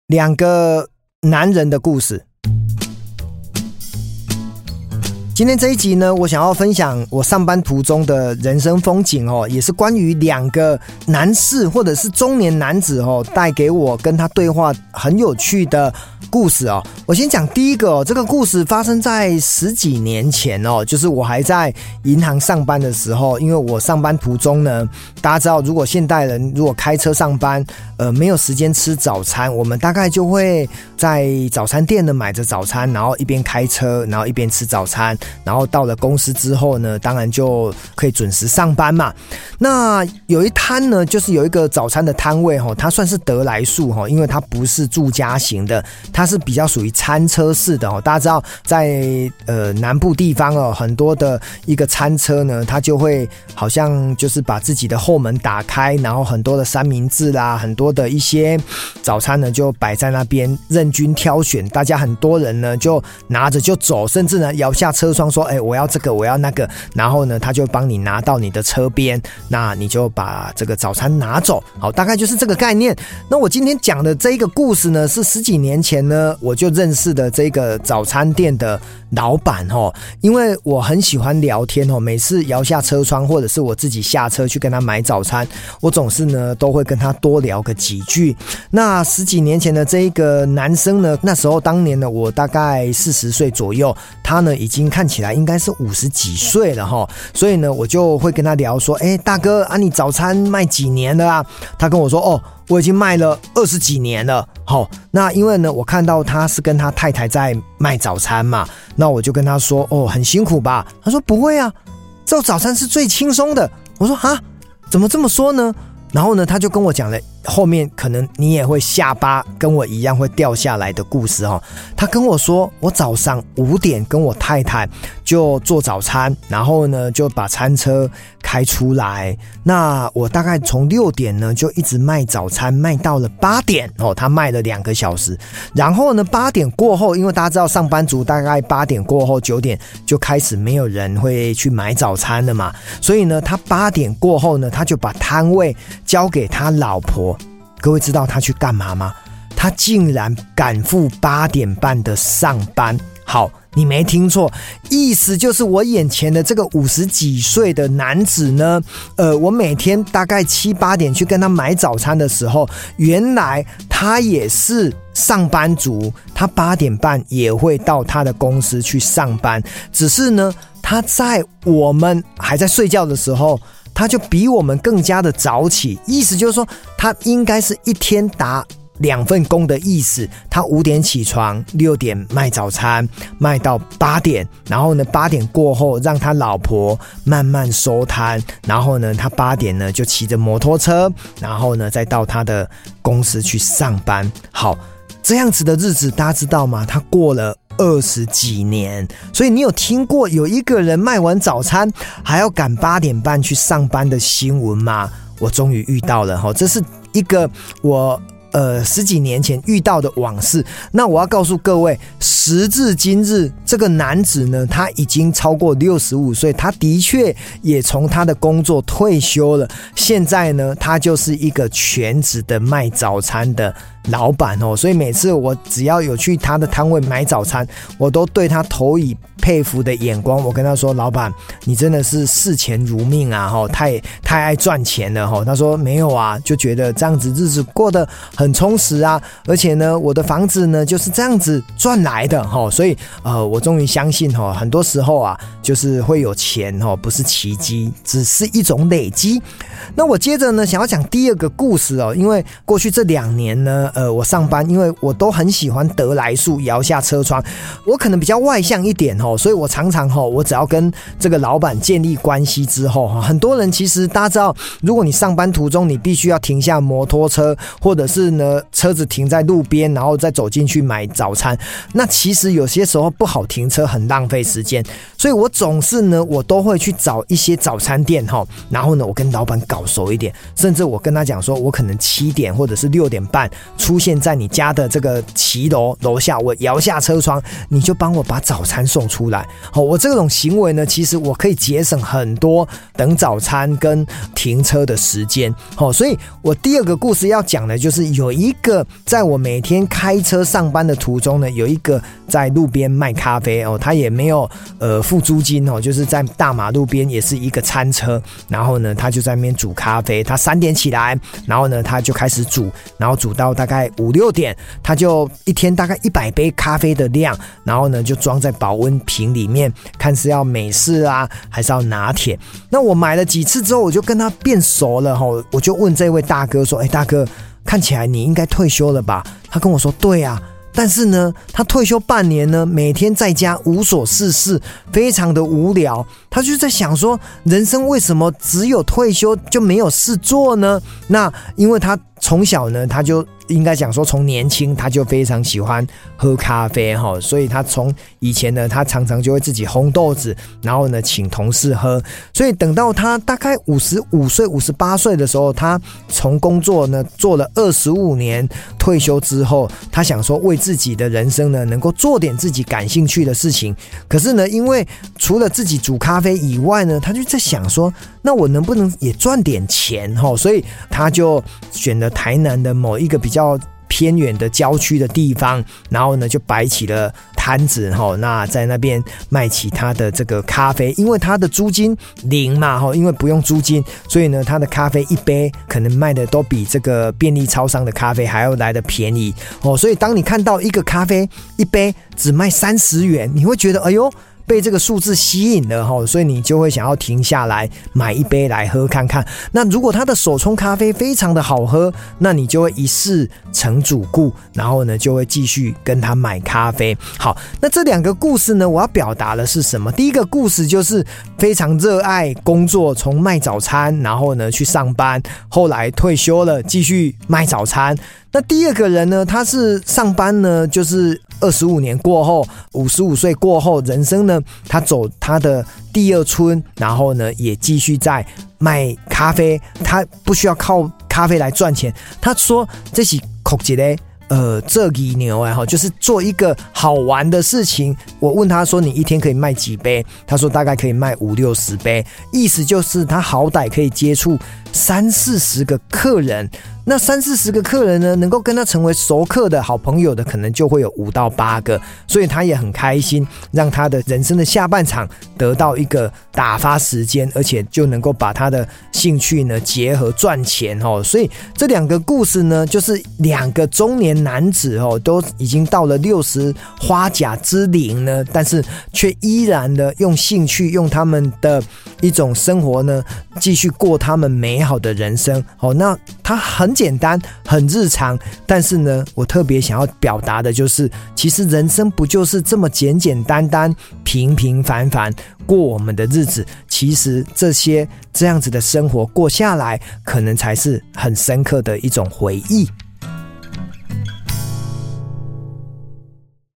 两个男人的故事。今天这一集呢，我想要分享我上班途中的人生风景哦，也是关于两个男士或者是中年男子哦，带给我跟他对话很有趣的故事哦。我先讲第一个哦，这个故事发生在10几年前哦，就是我还在银行上班的时候，因为我上班途中呢，大家知道，如果现代人如果开车上班，没有时间吃早餐，我们大概就会在早餐店呢买着早餐，然后一边开车，然后一边吃早餐。然后到了公司之后呢，当然就可以准时上班嘛。那有一摊呢，就是有一个早餐的摊位齁，它算是得来速齁，因为它不是住家型的，它是比较属于餐车式的齁。大家知道在南部地方哦，很多的一个餐车呢，它就会好像就是把自己的后门打开，然后很多的三明治啦，很多的一些早餐呢就摆在那边任君挑选，大家很多人呢就拿着就走，甚至呢摇下车窗说我要这个我要那个，然后呢他就帮你拿到你的车边，那你就把这个早餐拿走。好，大概就是这个概念。那我今天讲的这一个故事呢，是10几年前呢我就认识的这个早餐店的老板齁，因为我很喜欢聊天齁，每次摇下车窗或者是我自己下车去跟他买早餐，我总是呢都会跟他多聊个几句。那10几年前的这一个男生呢，那时候当年呢我大概40岁左右，他呢已经看起来应该是50几岁了齁，所以呢我就会跟他聊说，大哥啊，你早餐卖几年了啊？他跟我说，我已经卖了20几年了。好，那因为呢我看到他是跟他太太在卖早餐嘛，那我就跟他说，很辛苦吧？他说不会啊，做早餐是最轻松的。我说啊，怎么这么说呢？然后呢他就跟我讲了后面可能你也会下巴跟我一样会掉下来的故事哦。他跟我说，我早上5点跟我太太就做早餐，然后呢就把餐车开出来，那我大概从6点呢就一直卖早餐卖到了8点哦，他卖了2个小时。然后呢8点过后，因为大家知道上班族大概8点过后9点就开始没有人会去买早餐了嘛，所以呢他8点过后呢，他就把摊位交给他老婆。各位知道他去干嘛吗？他竟然赶赴8点半的上班。好，你没听错，意思就是我眼前的这个50几岁的男子呢，我每天大概7、8点去跟他买早餐的时候，原来他也是上班族，他8点半也会到他的公司去上班，只是呢，他在我们还在睡觉的时候，他就比我们更加的早起，意思就是说他应该是一天打2份工的意思。他5点起床，6点卖早餐卖到8点，然后呢8点过后让他老婆慢慢收摊，然后呢他8点呢就骑着摩托车，然后呢再到他的公司去上班。好，这样子的日子大家知道吗？他过了20几年。所以你有听过有一个人卖完早餐还要赶8点半去上班的新闻吗？我终于遇到了，这是一个我10几年前遇到的往事。那我要告诉各位，时至今日，这个男子呢，他已经超过65岁，他的确也从他的工作退休了。现在呢，他就是一个全职的卖早餐的老板哦。所以每次我只要有去他的摊位买早餐，我都对他投以佩服的眼光。我跟他说，老板，你真的是视钱如命啊，太爱赚钱了。他说没有啊，就觉得这样子日子过得很充实啊，而且呢我的房子呢就是这样子赚来的。所以我终于相信很多时候啊，就是会有钱不是奇迹，只是一种累积。那我接着呢想要讲第二个故事因为过去这2年呢我上班，因为我都很喜欢得来速，摇下车窗，我可能比较外向一点所以我常常我只要跟这个老板建立关系之后，很多人其实大家知道，如果你上班途中你必须要停下摩托车，或者是呢车子停在路边，然后再走进去买早餐，那其实有些时候不好停车，很浪费时间。所以我总是呢我都会去找一些早餐店然后呢我跟老板搞熟一点，甚至我跟他讲说我可能7点或者是6点半出现在你家的这个骑楼下，我摇下车窗，你就帮我把早餐送出来。我这种行为呢，其实我可以节省很多等早餐跟停车的时间。所以我第二个故事要讲的就是有一个在我每天开车上班的途中呢，有一个在路边卖咖啡他也没有付租金就是在大马路边也是一个餐车，然后呢他就在那边煮咖啡，他3点起来，然后呢他就开始煮，然后煮到大概5、6点，他就一天大概100杯咖啡的量，然后呢就装在保温瓶里面，看是要美式啊还是要拿铁。那我买了几次之后，我就跟他变熟了我就问这位大哥说，大哥，看起来你应该退休了吧？他跟我说对啊，但是呢他退休半年呢，每天在家无所事事，非常的无聊。他就在想说，人生为什么只有退休就没有事做呢？那因为他从小呢，他就应该讲说从年轻他就非常喜欢喝咖啡所以他从以前呢，他常常就会自己烘豆子，然后呢请同事喝。所以等到他大概55岁、58岁的时候，他从工作呢做了25年，退休之后，他想说为自己的人生呢能够做点自己感兴趣的事情。可是呢，因为除了自己煮咖啡以外呢，他就在想说，那我能不能也赚点钱所以他就选了台南的某一个比较偏远的郊区的地方，然后呢就摆起了摊子那在那边卖起他的这个咖啡。因为他的租金零嘛因为不用租金，所以呢他的咖啡一杯可能卖的都比这个便利超商的咖啡还要来的便宜所以当你看到一个咖啡一杯只卖30元，你会觉得哎呦被这个数字吸引了所以你就会想要停下来买一杯来喝看看。那如果他的手冲咖啡非常的好喝，那你就会一试成主顾，然后呢就会继续跟他买咖啡。好，那这2个故事呢，我要表达的是什么？第一个故事就是非常热爱工作，从卖早餐然后呢去上班，后来退休了继续卖早餐。那第二个人呢，他是上班呢就是25年过后，55岁过后，人生呢他走他的第二春，然后呢也继续在卖咖啡，他不需要靠咖啡来赚钱。他说这是酷一个这几牛就是做一个好玩的事情。我问他说你一天可以卖几杯？他说大概可以卖50、60杯，意思就是他好歹可以接触30-40个客人。那30-40个客人呢，能够跟他成为熟客的好朋友的，可能就会有5到8个，所以他也很开心，让他的人生的下半场得到一个打发时间，而且就能够把他的兴趣呢结合赚钱所以这2个故事呢，就是2个中年男子都已经到了60花甲之龄呢，但是却依然的用兴趣，用他们的一种生活呢，继续过他们美好的人生那他很简单很日常，但是呢我特别想要表达的就是其实人生不就是这么简简单单平平凡凡过我们的日子，其实这样子的生活过下来，可能才是很深刻的一种回忆。